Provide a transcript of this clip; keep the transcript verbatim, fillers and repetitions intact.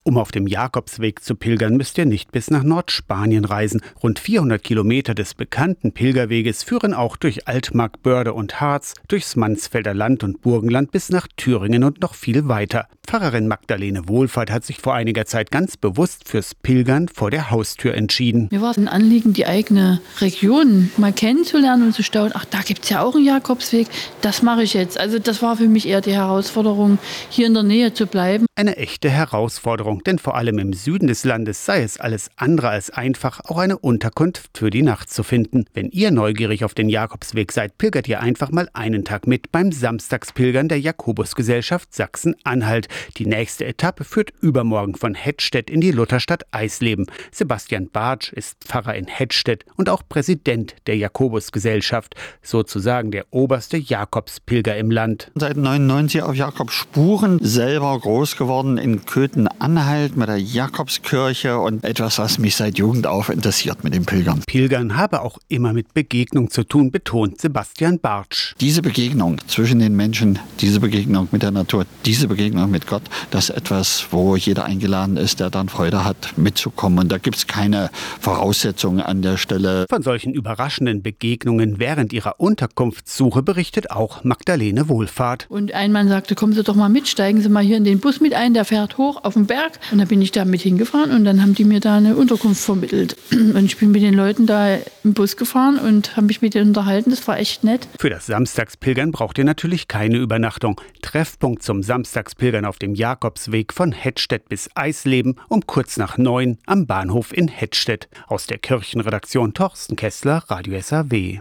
Um auf dem Jakobsweg zu pilgern, müsst ihr nicht bis nach Nordspanien reisen. Rund vierhundert Kilometer des bekannten Pilgerweges führen auch durch Altmark, Börde und Harz, durchs Mansfelder Land und Burgenland bis nach Thüringen und noch viel weiter. Pfarrerin Magdalene Wohlfahrt hat sich vor einiger Zeit ganz bewusst fürs Pilgern vor der Haustür entschieden. Mir war es ein Anliegen, die eigene Region mal kennenzulernen und zu staunen. Ach, da gibt es ja auch einen Jakobsweg. Das mache ich jetzt. Also das war für mich eher die Herausforderung, hier in der Nähe zu bleiben. Eine echte Herausforderung, denn vor allem im Süden des Landes sei es alles andere als einfach, auch eine Unterkunft für die Nacht zu finden. Wenn ihr neugierig auf den Jakobsweg seid, pilgert ihr einfach mal einen Tag mit beim Samstagspilgern der Jakobusgesellschaft Sachsen-Anhalt. Die nächste Etappe führt übermorgen von Hettstedt in die Lutherstadt Eisleben. Sebastian Bartsch ist Pfarrer in Hettstedt und auch Präsident der Jakobusgesellschaft, sozusagen der oberste Jakobspilger im Land. Seit neunundneunzig auf Jakobsspuren, selber groß geworden in Köthen-Anhalt mit der Jakobskirche und etwas, was mich seit Jugend auf interessiert mit dem Pilgern. Pilgern habe auch immer mit Begegnung zu tun, betont Sebastian Bartsch. Diese Begegnung zwischen den Menschen, diese Begegnung mit der Natur, diese Begegnung mit Gott, das ist etwas, wo jeder eingeladen ist, der dann Freude hat, mitzukommen. Und da gibt es keine Voraussetzungen an der Stelle. Von solchen überraschenden Begegnungen während ihrer Unterkunftssuche berichtet auch Magdalene Wohlfahrt. Und ein Mann sagte, kommen Sie doch mal mit, steigen Sie mal hier in den Bus mit ein, der fährt hoch auf den Berg. Und da bin ich da mit hingefahren und dann haben die mir da eine Unterkunft vermittelt. Und ich bin mit den Leuten da im Bus gefahren und habe mich mit denen unterhalten. Das war echt nett. Für das Samstagspilgern braucht ihr natürlich keine Übernachtung. Treffpunkt zum Samstagspilgern auf dem Jakobsweg von Hettstedt bis Eisleben um kurz nach neun am Bahnhof in Hettstedt. Aus der Kirchenredaktion Thorsten Kessler, Radio S A W.